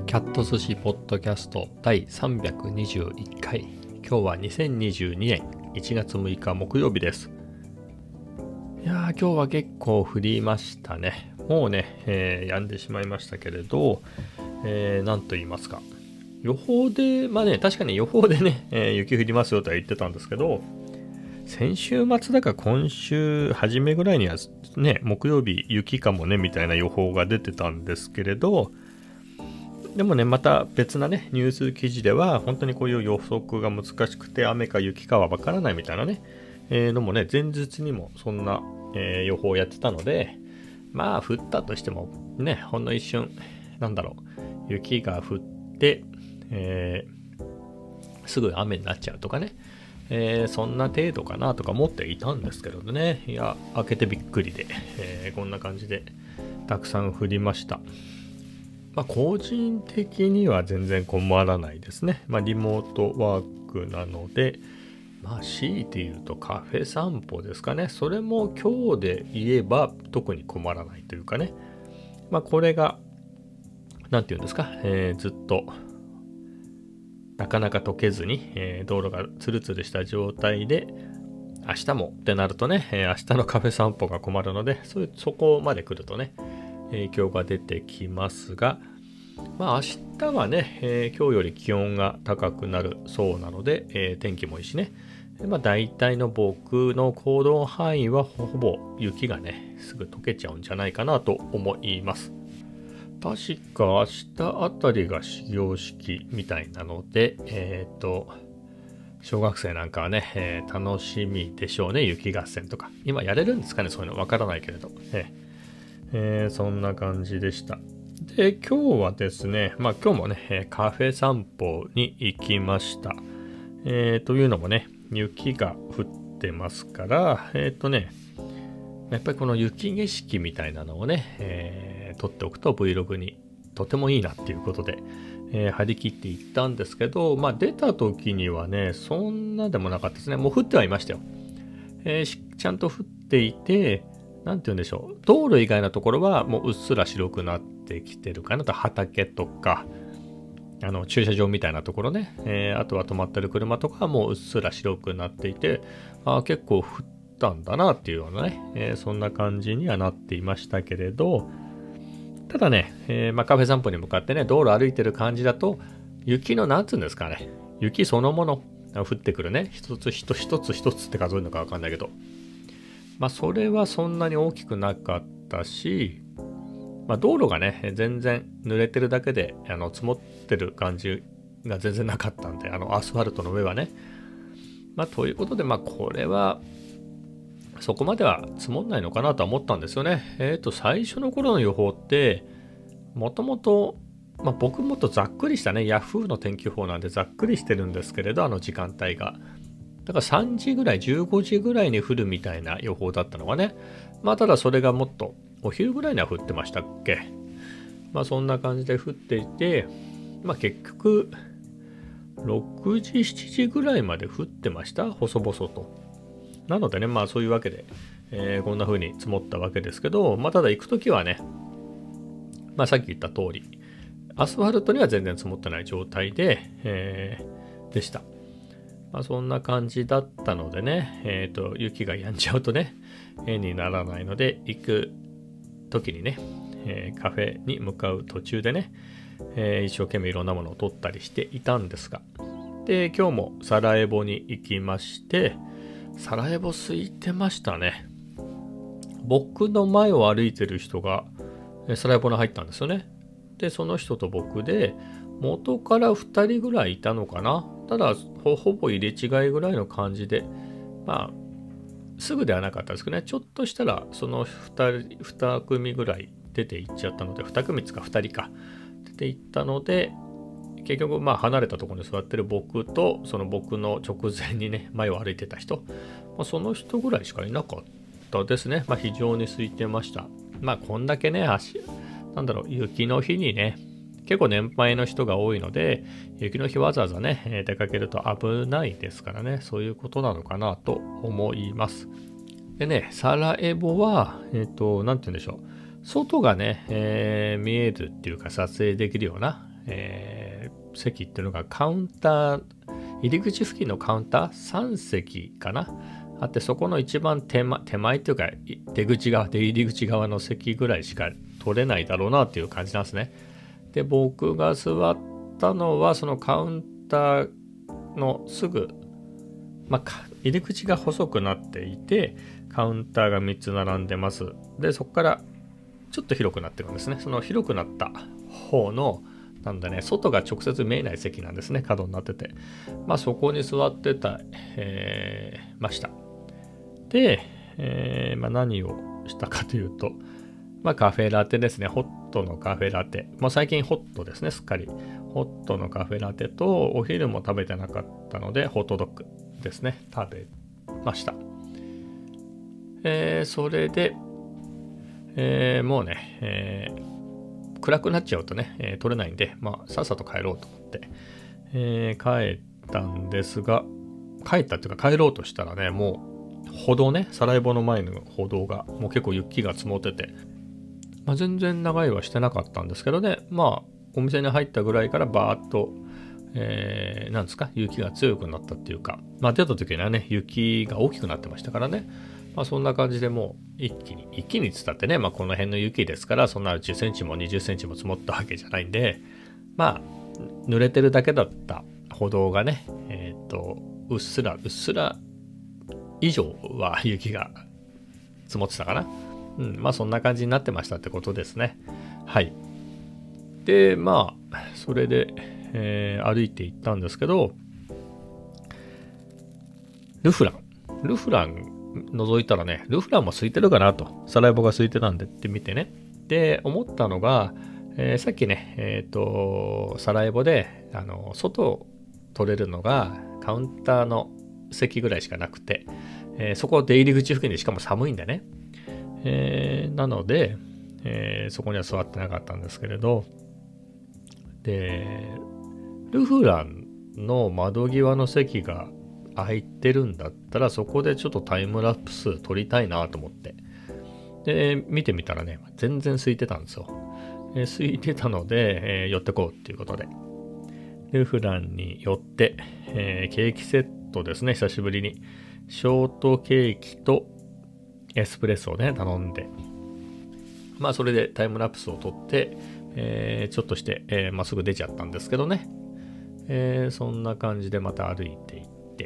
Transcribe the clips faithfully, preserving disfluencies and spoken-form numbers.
キャット寿司ポッドキャストだいさんびゃくにじゅういっかい。今日はにせんにじゅうにねんいちがつむいか木曜日です。いやー今日は結構降りましたね。もうね、えー、止んでしまいましたけれど、えー、なんと言いますか、予報でまあね確かに予報でね、えー、雪降りますよとは言ってたんですけど、先週末だか今週初めぐらいにはね木曜日雪かもねみたいな予報が出てたんですけれど、でもねまた別なねニュース記事では本当にこういう予測が難しくて雨か雪かはわからないみたいなね、えー、のもね前日にもそんな、えー、予報をやってたので、まあ降ったとしてもねほんの一瞬なんだろう雪が降って、えー、すぐ雨になっちゃうとかね、えー、そんな程度かなとか思っていたんですけどね、いや開けてびっくりで、えー、こんな感じでたくさん降りました。まあ、個人的には全然困らないですね。まあ、リモートワークなので、まあ、強いて言うとカフェ散歩ですかね。それも今日で言えば特に困らないというかね。まあ、これが、なんて言うんですか、えー、ずっとなかなか溶けずに、えー、道路がツルツルした状態で、明日もってなるとね、えー、明日のカフェ散歩が困るので、そういうそこまで来るとね、影響が出てきますが、まあ明日はね、えー、今日より気温が高くなるそうなので、えー、天気もいいしね、まあ大体の僕の行動範囲はほぼ雪がねすぐ溶けちゃうんじゃないかなと思います。確か明日あたりが始業式みたいなので、えっと小学生なんかはね、えー、楽しみでしょうね。雪合戦とか今やれるんですかね、そういうのわからないけれど、えーえー、そんな感じでした。で今日はですね、まあ今日もねカフェ散歩に行きました。えー、というのもね雪が降ってますから、えっとねやっぱりこの雪景色みたいなのをね、えー、撮っておくと Vlog にとてもいいなっていうことで、えー、張り切って行ったんですけど、まあ出た時にはねそんなでもなかったですね。もう降ってはいましたよ。えー、ちゃんと降っていて、なんて言うんでしょう、道路以外のところはもううっすら白くなってきてるかなと、畑とかあの駐車場みたいなところね、えー、あとは止まってる車とかはもううっすら白くなっていて、あ結構降ったんだなっていうようなね、えー、そんな感じにはなっていましたけれど、ただね、えーまあ、カフェ散歩に向かってね道路歩いてる感じだと雪のなんつうんですかね、雪そのもの降ってくるね一つ一つ一つ一つって数えるのか分かんないけど、まあそれはそんなに大きくなかったし、まあ、道路がね全然濡れてるだけであの積もってる感じが全然なかったんで、あのアスファルトの上はね、まあということでまあこれはそこまでは積もんないのかなとは思ったんですよね。えっと最初の頃の予報ってもともとまあ僕もっとざっくりしたねヤフーの天気予報なんでざっくりしてるんですけれど、あの時間帯がだからさんじぐらいじゅうごじぐらいに降るみたいな予報だったのがね、まあただそれがもっとお昼ぐらいには降ってましたっけ。まあそんな感じで降っていて、まあ結局ろくじしちじぐらいまで降ってました、細々と。なのでねまあそういうわけで、えー、こんな風に積もったわけですけど、まあただ行くときはね、まあさっき言った通りアスファルトには全然積もってない状態で、えー、でした。まあ、そんな感じだったのでね、えっと、雪が止んじゃうとね、絵にならないので、行く時にね、えー、カフェに向かう途中でね、えー、一生懸命いろんなものを撮ったりしていたんですが、で、今日もサラエボに行きまして、サラエボ空いてましたね。僕の前を歩いてる人がサラエボに入ったんですよね。で、その人と僕で、元からふたりぐらいいたのかな。ただ ほ, ほぼ入れ違いぐらいの感じで、まあすぐではなかったですけどね、ちょっとしたらその 2, 2組ぐらい出ていっちゃったので、に組つかふたりか出ていったので、結局まあ離れたところに座ってる僕とその僕の直前にね前を歩いてた人、まあ、その人ぐらいしかいなかったですね。まあ非常に空いてました。まあこんだけね足なんだろう雪の日にね結構年配の人が多いので、雪の日わざわざね出かけると危ないですからね、そういうことなのかなと思います。でね、サラエボはえっとなんて言うんでしょう、外がね、えー、見えるっていうか撮影できるような、 えー、席っていうのがカウンター、入り口付近のカウンターさん席かなあって、そこの一番手前、手前っていうか出口側、出入り口側の席ぐらいしか取れないだろうなっていう感じなんですね。で、僕が座ったのはそのカウンターのすぐ、まあ、入り口が細くなっていて、カウンターがみっつ並んでます。で、そこからちょっと広くなってるんですね。その広くなった方の、なんだね、外が直接見えない席なんですね。角になってて。まあそこに座ってた、えー、ました。で、えーまあ、何をしたかというと、まあカフェラテですね。ホットのカフェラテ。もう最近ホットですね、すっかり。ホットのカフェラテと、お昼も食べてなかったので、ホットドッグですね。食べました。えー、それで、えー、もうね、えー、暗くなっちゃうとね、えー、取れないんで、まあ、さっさと帰ろうと思って、えー、帰ったんですが、帰ったっていうか帰ろうとしたらね、もう歩道ね、サラエボの前の歩道がもう結構雪が積もってて、まあ、全然長いはしてなかったんですけどね、まあ、お店に入ったぐらいからバーッと、えー、なんですか、雪が強くなったっていうか、まあ、出た時にはね、雪が大きくなってましたからね、まあ、そんな感じでもう一気に、一気に伝ってね、まあ、この辺の雪ですから、そんなじゅっセンチもにじゅっセンチも積もったわけじゃないんで、まあ、濡れてるだけだった歩道がね、えっと、うっすら、うっすら以上は雪が積もってたかな。うん、まあ、そんな感じになってましたってことですね。はい。で、まあ、それで、えー、歩いて行ったんですけど、ルフラン。ルフラン覗いたらね、ルフランも空いてるかなと、サラエボが空いてたんでって見てね。で、思ったのが、えー、さっきね、えっと、サラエボで、あの、外を取れるのがカウンターの席ぐらいしかなくて、えー、そこ出入り口付近でしかも寒いんでね。えー、なので、えー、そこには座ってなかったんですけれど、で、ルフランの窓際の席が空いてるんだったら、そこでちょっとタイムラプス撮りたいなと思って、で見てみたらね、全然空いてたんですよ。えー、空いてたので、えー、寄ってこうっていうことでルフランに寄って、えー、ケーキセットですね。久しぶりにショートケーキとエスプレッソをね頼んで、まあそれでタイムラプスを撮って、えー、ちょっとして、えー、まあ、すぐ出ちゃったんですけどね、えー、そんな感じでまた歩いていって、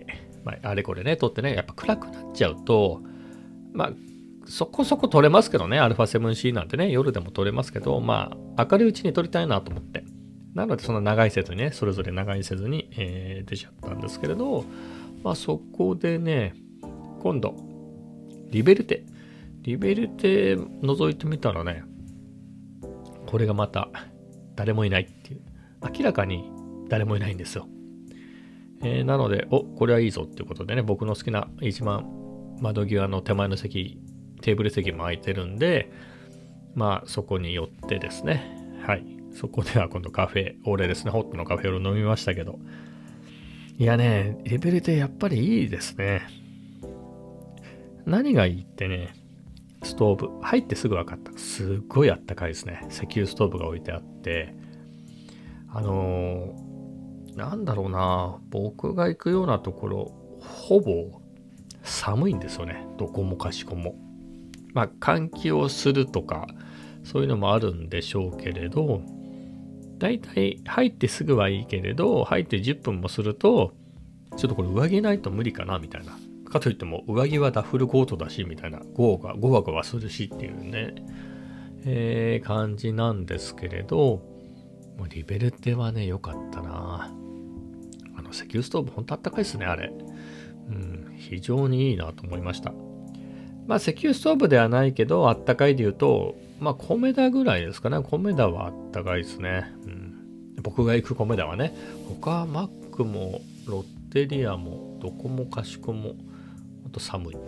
まあ、あれこれね撮ってね、やっぱ暗くなっちゃうと、まあそこそこ撮れますけどね、 アルファセブンシー なんてね夜でも撮れますけど、まあ明るいうちに撮りたいなと思って、なのでそんな長いせずにね、それぞれ長いせずに、えー、出ちゃったんですけれど、まあそこでね、今度リベルテリベルテ覗いてみたらね、これがまた誰もいないっていう、明らかに誰もいないんですよ。えー、なので、お、これはいいぞっていうことでね、僕の好きな一番窓際の手前の席、テーブル席も空いてるんで、まあそこに寄ってですね、はい、そこでは今度カフェオレですね、ホットのカフェオレ飲みましたけど、いやね、リベルテやっぱりいいですね。何がいいってね、ストーブ入ってすぐ分かった。すっごいあったかいですね。石油ストーブが置いてあって、あのー、なんだろうな、僕が行くようなところほぼ寒いんですよね、どこもかしこも。まあ換気をするとかそういうのもあるんでしょうけれど、だいたい入ってすぐはいいけれど、入ってじゅっぷんもするとちょっとこれ上着ないと無理かなみたいな、かといっても上着はダッフルコートだしみたいな、ゴーがゴワゴワするしっていうね、えー、感じなんですけれど、もうリベルテはね良かったな。あの石油ストーブほんとあったかいですねあれ。うん、非常にいいなと思いました。まあ石油ストーブではないけどあったかいで言うと、まあコメダぐらいですかね。コメダはあったかいですね。うん、僕が行くコメダはね、他はマックもロッテリアもどこもかしこもほんと寒い、うん、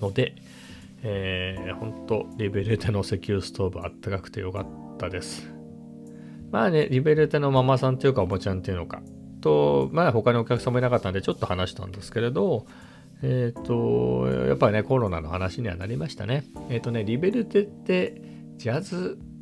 ので、えー、ほんとリベルテの石油ストーブあったかくてよかったです。まあね、リベルテのママさんというかおばちゃんっていうのかと、まあ他にお客様いなかったんでちょっと話したんですけれど、えっと、やっぱりね、コロナの話にはなりましたね。えっとね、リベルテってジャズ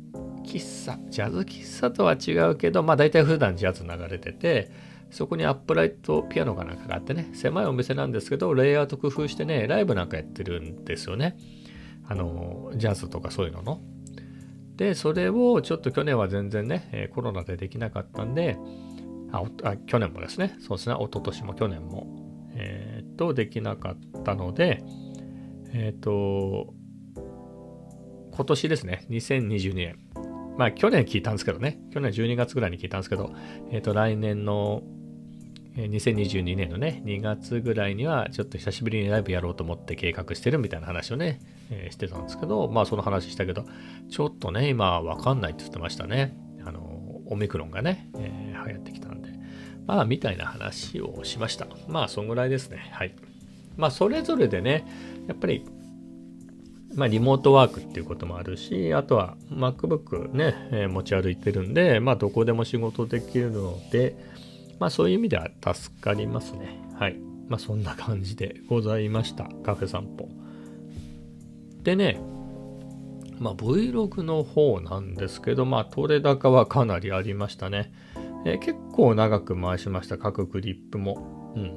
喫茶、ジャズ喫茶とは違うけど、まあ大体普段ジャズ流れてて、そこにアップライトピアノかなんかがあってね、狭いお店なんですけど、レイアウト工夫してね、ライブなんかやってるんですよね。あの、ジャズとかそういうのの。で、それをちょっと去年は全然ね、コロナでできなかったんで、あ、あ去年もですね、そうですね、一昨年も去年も、えー、っと、できなかったので、えー、っと、今年ですね、にせんにじゅうにねん。まあ、去年聞いたんですけどね、去年じゅうにがつぐらいに聞いたんですけど、えー、っと、来年のにせんにじゅうにねんのね、にがつぐらいにはちょっと久しぶりにライブやろうと思って計画してるみたいな話をね、えー、してたんですけど、まあその話したけど、ちょっとね、今わかんないって言ってましたね。あの、オミクロンがね、えー、流行ってきたんで。まあみたいな話をしました。まあそんぐらいですね。はい。まあそれぞれでね、やっぱり、まあリモートワークっていうこともあるし、あとは MacBook ね、えー、持ち歩いてるんで、まあどこでも仕事できるので、まあそういう意味では助かりますね。はい。まあそんな感じでございました。カフェ散歩。でね、まあ Vlog の方なんですけど、まあ取れ高はかなりありましたね。えー、結構長く回しました。各クリップも。うん。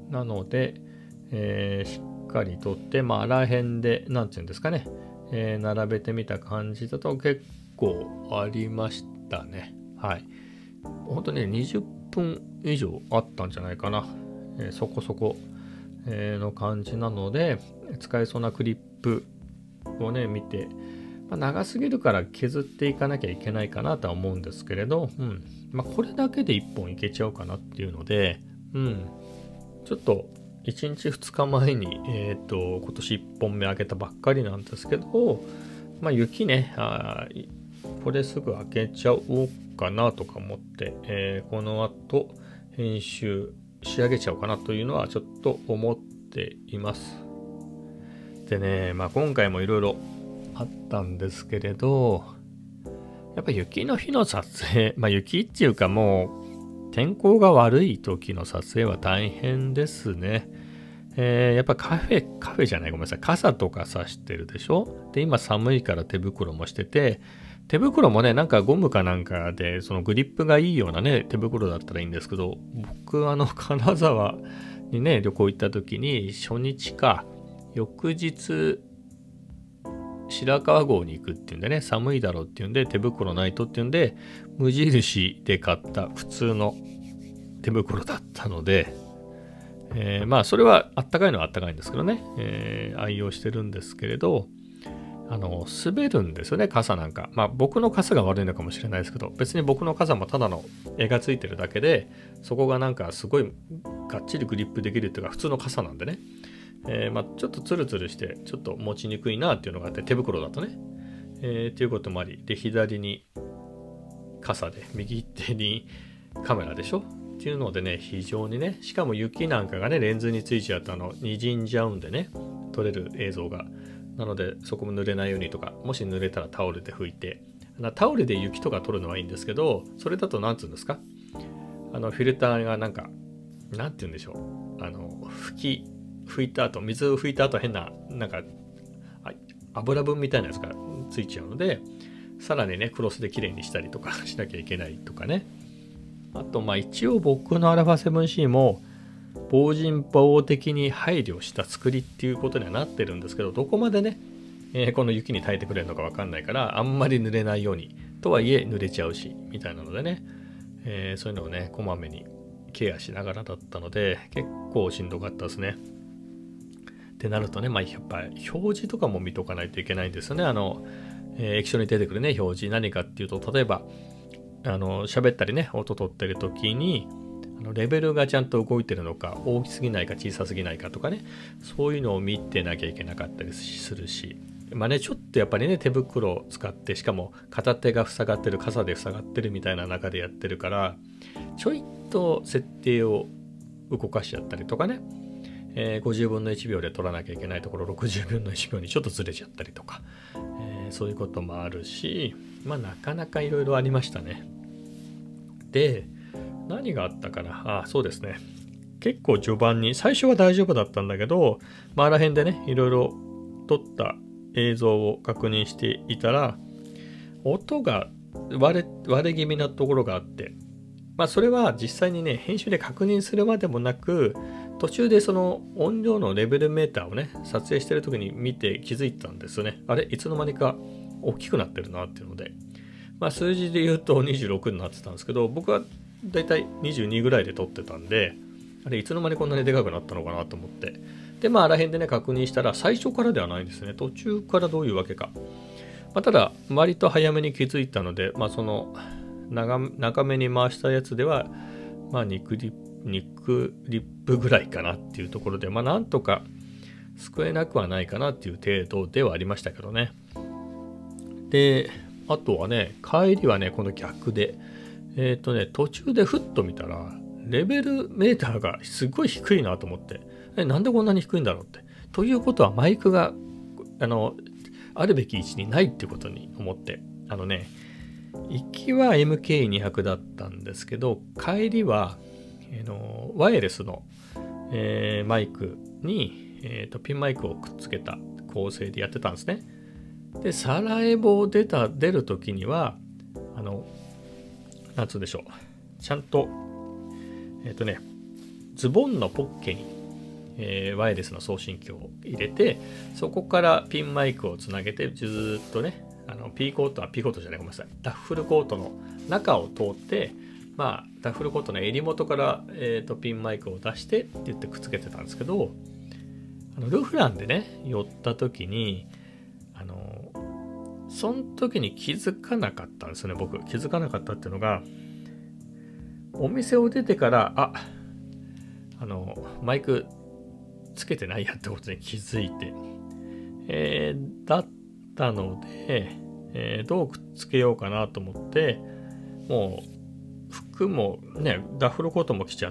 なので、えー、しっかり撮って、まああらへんで、なんていうんですかね、えー、並べてみた感じだと結構ありましたね。はい。本当ににじゅっぷん以上あったんじゃないかな、えー、そこそこ、えー、の感じなので使えそうなクリップをね見て、まあ、長すぎるから削っていかなきゃいけないかなとは思うんですけれど、うんまあ、これだけでいっぽんいけちゃうかなっていうので、うん、ちょっといちにちふつかまえに、えー、と今年いっぽんめ開けたばっかりなんですけど、まあ、雪ねあこれすぐ開けちゃおうかなとか思って、えー、この後編集仕上げちゃおうかなというのはちょっと思っています。でね、まあ今回もいろいろあったんですけれど、やっぱ雪の日の撮影、まあ雪っていうかもう天候が悪い時の撮影は大変ですね。えー、やっぱカフェ、カフェじゃないごめんなさい、傘とか差してるでしょ。で、今寒いから手袋もしてて、手袋もね、なんかゴムかなんかで、そのグリップがいいようなね、手袋だったらいいんですけど、僕、あの、金沢にね、旅行行った時に、初日か、翌日、白川郷に行くっていうんでね、寒いだろうっていうんで、手袋ないとっていうんで、無印で買った普通の手袋だったので、えー、まあ、それはあったかいのはあったかいんですけどね、えー、愛用してるんですけれど、あの滑るんですよね、傘なんか。まあ僕の傘が悪いのかもしれないですけど、別に僕の傘もただの絵がついてるだけで、そこがなんかすごいがっちりグリップできるっていうか普通の傘なんでね、えー、まあちょっとツルツルしてちょっと持ちにくいなっていうのがあって、手袋だとね、えー、っていうこともあり、で左に傘で右手にカメラでしょっていうのでね、非常にね、しかも雪なんかがねレンズについちゃうとあの滲んじゃうんでね、撮れる映像が。なのでそこも濡れないようにとか、もし濡れたらタオルで拭いて、タオルで雪とか取るのはいいんですけど、それだとなんつうんですか、あのフィルターがなんかなんて言うんでしょう、あの拭き拭いた後、水を拭いた後変ななんか油分みたいなやつがついちゃうので、さらにねクロスで綺麗にしたりとかしなきゃいけないとかね。あとまあ一応僕の アルファセブンシー も防塵防的に配慮した作りっていうことにはなってるんですけど、どこまでね、えー、この雪に耐えてくれるのか分かんないから、あんまり濡れないように、とはいえ濡れちゃうしみたいなのでね、えー、そういうのをねこまめにケアしながらだったので結構しんどかったですね。ってなるとね、まあやっぱり表示とかも見とかないといけないんですよね。あの、えー、液晶に出てくるね表示、何かっていうと、例えばあの喋ったりね音取ってる時にレベルがちゃんと動いてるのか、大きすぎないか小さすぎないかとかね、そういうのを見てなきゃいけなかったりするし、まあね、ちょっとやっぱりね手袋を使って、しかも片手が塞がってる、傘で塞がってるみたいな中でやってるから、ちょいと設定を動かしちゃったりとかね、えー、ごじゅうぶんのいちびょうで取らなきゃいけないところろくじゅうぶんのいちびょうにちょっとずれちゃったりとか、えー、そういうこともあるし、まあなかなかいろいろありましたね。で何があったかなあ、そうですね。結構序盤に、最初は大丈夫だったんだけど、まあ、あら辺でね、いろいろ撮った映像を確認していたら、 音が割れ、割れ気味なところがあって、まあそれは実際にね、編集で確認するまでもなく、途中でその音量のレベルメーターをね、撮影してる時に見て気づいたんですよね。あれ、いつの間にか大きくなってるなっていうので。まあ数字で言うとにじゅうろくになってたんですけど、僕はだいたいにじゅうにぐらいで撮ってたんで、あれいつの間にこんなにでかくなったのかなと思って。で、まああら辺でね、確認したら最初からではないんですね。途中からどういうわけか。まあ、ただ、割と早めに気づいたので、まあその長、長めに回したやつでは、まあにクリップ、にクリップぐらいかなっていうところで、まあなんとか救えなくはないかなっていう程度ではありましたけどね。で、あとはね、帰りはね、この逆で、えっとね、途中でふっと見たら、レベルメーターがすごい低いなと思って、え、なんでこんなに低いんだろうって。ということはマイクが、あの、あるべき位置にないっていうことに思って、あのね、行きは エムケーにひゃく だったんですけど、帰りは、えー、のワイヤレスの、えー、マイクに、えーと、ピンマイクをくっつけた構成でやってたんですね。で、サラエボを出た、出るときには、あの、なんつうんでしょう。ちゃんと、えっとね、ズボンのポッケに、えー、ワイヤレスの送信機を入れて、そこからピンマイクをつなげて、ずーっとね、あの、ピーコートは、ピーコートじゃない、ごめんなさい。ダッフルコートの中を通って、まあ、ダッフルコートの襟元から、えーと、ピンマイクを出してって言ってくっつけてたんですけど、あのルフランでね、寄った時に、あの、その時に気づかなかったんですよね、僕。気づかなかったっていうのが、お店を出てから、あ、あの、マイクつけてないやってことに気づいて、えー、だったので、えー、どうくっつけようかなと思って、もう、服もね、ダッフルコートも着ちゃって、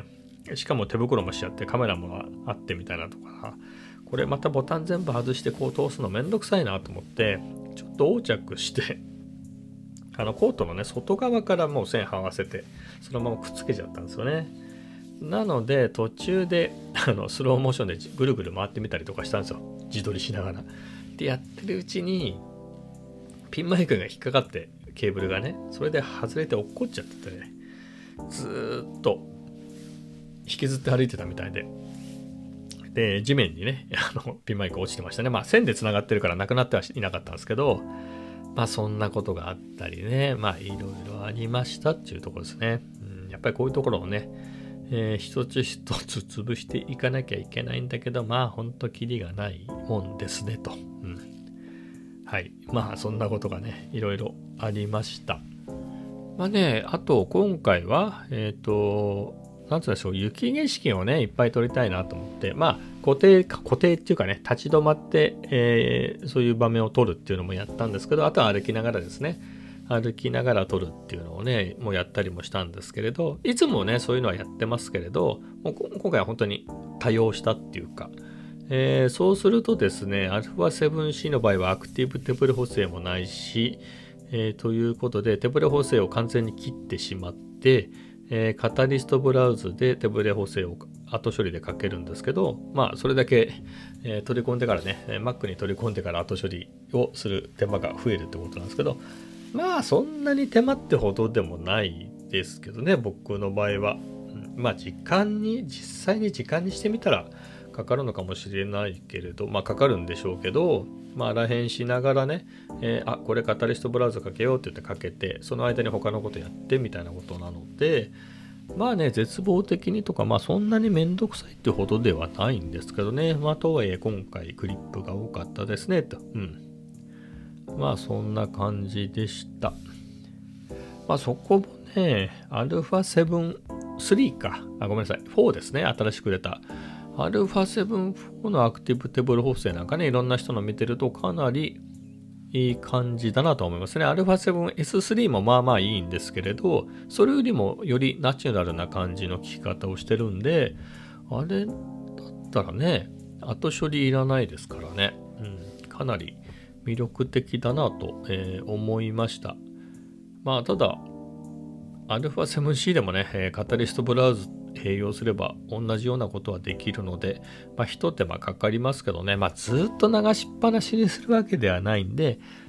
しかも手袋もしちゃって、カメラもあってみたいなとか、これまたボタン全部外してこう通すのめんどくさいなと思って、ちょっと横着して、あのコートのね、外側からもう線剥がせて、そのままくっつけちゃったんですよね。なので、途中で、あの、スローモーションでぐるぐる回ってみたりとかしたんですよ。自撮りしながら。で、やってるうちに、ピンマイクが引っかかって、ケーブルがね、それで外れて落っこっちゃっててね、ずーっと引きずって歩いてたみたいで、で、地面にね、あの、ピンマイク落ちてましたね。まあ、線で繋がってるからなくなってはいなかったんですけど、まあ、そんなことがあったりね、まあ、いろいろありましたっていうところですね。うん、やっぱりこういうところをね、えー、一つ一つ潰していかなきゃいけないんだけど、まあ、ほんとキリがないもんですね、と。うん、はい。まあ、そんなことがね、いろいろありました。まあね、あと、今回は、えっと、なんつうんでしょう、雪景色をね、いっぱい撮りたいなと思って、まあ、固定、固定っていうかね、立ち止まって、えー、そういう場面を撮るっていうのもやったんですけど、あとは歩きながらですね、歩きながら撮るっていうのをね、もうやったりもしたんですけれど、いつもね、そういうのはやってますけれど、もう今回は本当に多用したっていうか、えー、そうするとですね、アルファセブンシー の場合はアクティブ手ブレ補正もないし、えー、ということで手ブレ補正を完全に切ってしまって、えー、カタリストブラウズで手ブレ補正を後処理でかけるんですけど、まあそれだけ、えー、取り込んでからね Mac に取り込んでから後処理をする手間が増えるってことなんですけど、まあそんなに手間ってほどでもないですけどね、僕の場合は、うん、まあ時間に実際に時間にしてみたらかかるのかもしれないけれど、まあかかるんでしょうけど、まあらへんしながらね、えー、あ、これカタリストブラウザかけようって言ってかけて、その間に他のことやってみたいなことなので、まあね、絶望的にとか、まあそんなにめんどくさいってほどではないんですけどね。まあとはいえ今回クリップが多かったですね、と。うん。まあそんな感じでした。まあそこもね、アルファセブンスリーか。あ、ごめんなさい。フォーですね。新しく出た。アルファセブンフォーのアクティブテーブル補正なんかね、いろんな人の見てるとかなりいい感じだなと思いますね。アルファセブンエススリー もまあまあいいんですけれど、それよりもよりナチュラルな感じの聞き方をしてるんで、あれだったらね、後処理いらないですからね。うん、かなり魅力的だなと、えー、思いました。まあただ、アルファセブンシー でもね、カタリストブラウズ併用すれば同じようなことはできるので、まあ一手間かかりますけどね、まあずっと流しっぱなしにするわけではないんで、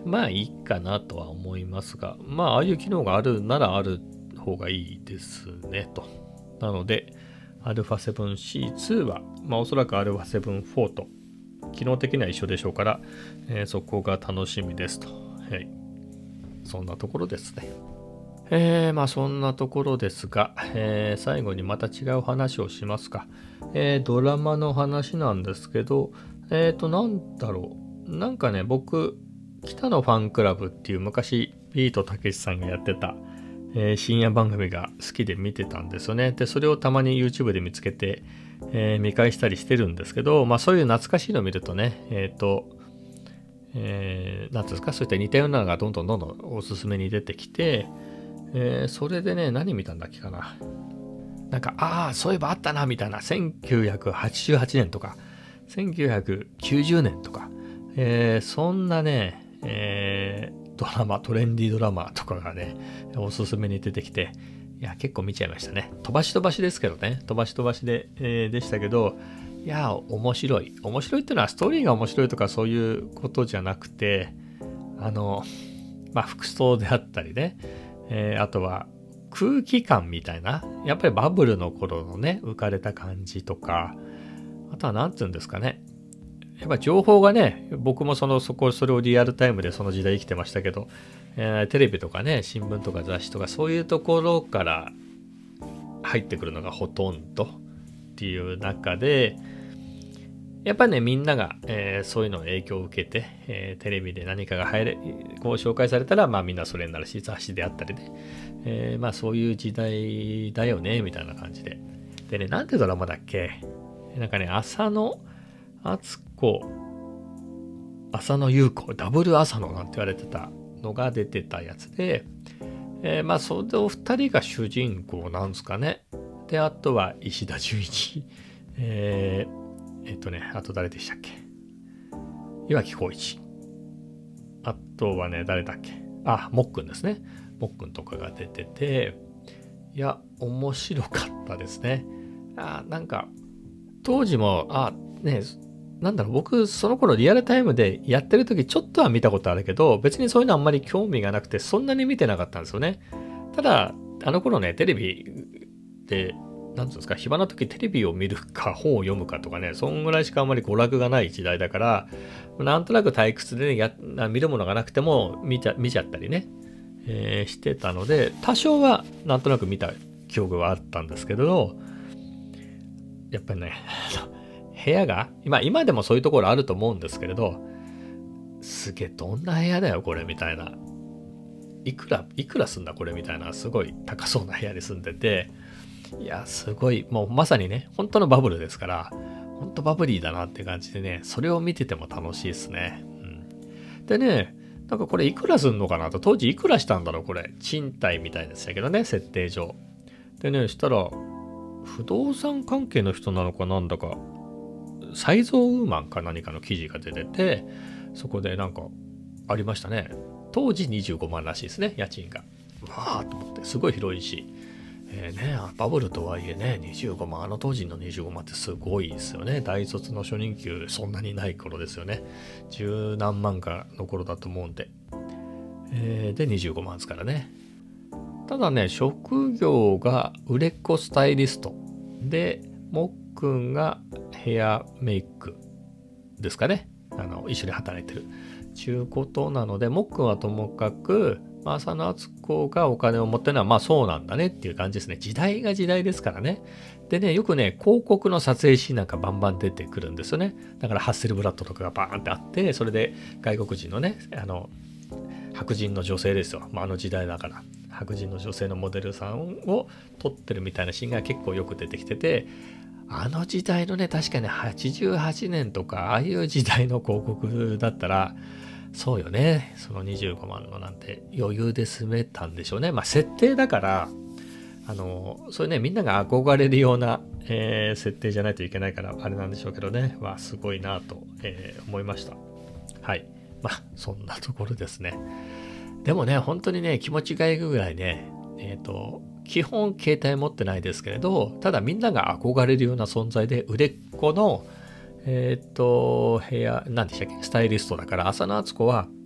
まあいいかなとは思いますが、まあああいう機能があるならある方がいいですねと。なので アルファセブンシーツー は、まあおそらく アルファセブンフォー と機能的には一緒でしょうから、えー、そこが楽しみですと。はい。そんなところですね。えー、まあそんなところですが、えー、最後にまた違う話をしますか。えー、ドラマの話なんですけど、えっと、なんだろう。なんかね、僕、北のファンクラブっていう昔、ビートたけしさんがやってた、えー、深夜番組が好きで見てたんですよね。で、それをたまに YouTube で見つけて、えー、見返したりしてるんですけど、まあそういう懐かしいのを見るとね、えっと、えー、なんていうんですか、そういった似たようなのがどんどんどんどんおすすめに出てきて、えー、それでね、何見たんだっけかな。なんか、ああ、そういえばあったな、みたいな、せんきゅうひゃくはちじゅうはちねんとか、せんきゅうひゃくきゅうじゅうねんとか、えー、そんなね、えー、ドラマ、トレンディードラマとかがね、おすすめに出てきて、いや、結構見ちゃいましたね。飛ばし飛ばしですけどね、飛ばし飛ばしで、えー、でしたけど、いや、面白い。面白いっていうのは、ストーリーが面白いとかそういうことじゃなくて、あの、まあ、服装であったりね、えー、あとは空気感みたいな、やっぱりバブルの頃のね、浮かれた感じとか、あとはなんつうんですかね、やっぱ情報がね、僕もその、そこ、それをリアルタイムでその時代生きてましたけど、えー、テレビとかね、新聞とか雑誌とかそういうところから入ってくるのがほとんどっていう中で、やっぱりね、みんなが、えー、そういうの影響を受けて、えー、テレビで何かが入れ、こう紹介されたら、まあみんなそれになるし、雑誌であったりね、えー、まあそういう時代だよね、みたいな感じで。でね、なんてドラマだっけ？なんかね、浅野敦子、浅野ゆう子、ダブル浅野なんて言われてたのが出てたやつで、えー、まあそれお二人が主人公なんですかね。で、あとは石田純一、えーえっとね、あと誰でしたっけ？岩城浩一。あとはね、誰だっけ？あ、もっくんですね。もっくんとかが出てて、いや、面白かったですね。あ、なんか、当時も、あ、ね、なんだろう、僕、その頃リアルタイムでやってる時ちょっとは見たことあるけど、別にそういうのあんまり興味がなくて、そんなに見てなかったんですよね。ただ、あの頃ね、テレビで、なんつうんですか、暇な時テレビを見るか本を読むかとかね、そんぐらいしかあんまり娯楽がない時代だから、なんとなく退屈でね、や見るものがなくても見ちゃ見ちゃったりね、えー、してたので、多少はなんとなく見た記憶はあったんですけど、やっぱりね、部屋が、今、今でもそういうところあると思うんですけれど、すげえ、どんな部屋だよ、これ、みたいな。いくら、いくらすんだ、これ、みたいな、すごい高そうな部屋に住んでて、いや、すごい、もうまさにね、本当のバブルですから、本当バブリーだなって感じでね、それを見てても楽しいですね。うん、でね、なんかこれいくらすんのかなと、当時いくらしたんだろう、これ。賃貸みたいでしたけどね、設定上。でね、したら、不動産関係の人なのかなんだか、サイゾーウーマンか何かの記事が出てて、そこでなんかありましたね。当時にじゅうごまんらしいですね、家賃が。わーっと思って、すごい広いし。えーね、バブルとはいえね、にじゅうごまん、あの当時のにじゅうごまんってすごいですよね。大卒の初任給そんなにない頃ですよね。十何万かの頃だと思うんで。えー、で、にじゅうごまんですからね。ただね、職業が売れっ子スタイリスト。で、もっくんがヘアメイクですかね。あの、一緒に働いてる。ちゅうことなので、もっくんはともかく、浅野敦子がお金を持ってるのはまあそうなんだねっていう感じですね。時代が時代ですからね。でね、よくね、広告の撮影シーンなんかバンバン出てくるんですよね。だからハッセルブラッドとかがバーンってあって、それで外国人のね、あの、白人の女性ですよ。まあ、あの時代だから。白人の女性のモデルさんを撮ってるみたいなシーンが結構よく出てきてて、あの時代のね、確かにはちじゅうはちねんとか、ああいう時代の広告だったら、そうよね。そのにじゅうごまんのなんて余裕で住めたんでしょうね。まあ設定だから、あの、そういうね、みんなが憧れるような、えー、設定じゃないといけないから、あれなんでしょうけどね。わあ、すごいなと、えー、思いました。はい。まあ、そんなところですね。でもね、本当にね、気持ちがいくぐらいね、えっと、基本携帯持ってないですけれど、ただみんなが憧れるような存在で、売れっ子の、えっと、部屋、何でしたっけ、スタイリストだから、浅野敦子は、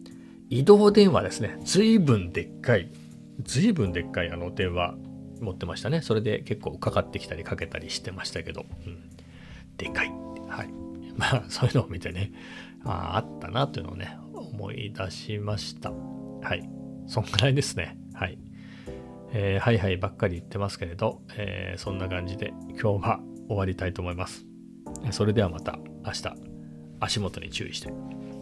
移動電話ですね。ずいぶんでっかい、ずいぶんでっかいあの電話持ってましたね。それで結構かかってきたりかけたりしてましたけど、うん、でかい。はい。まあそういうのを見てね、ああ、あったなというのをね、思い出しました。はい。そんぐらいですね。はい。えー、はいはいばっかり言ってますけれど、えー、そんな感じで今日は終わりたいと思います。それではまた明日、足元に注意して。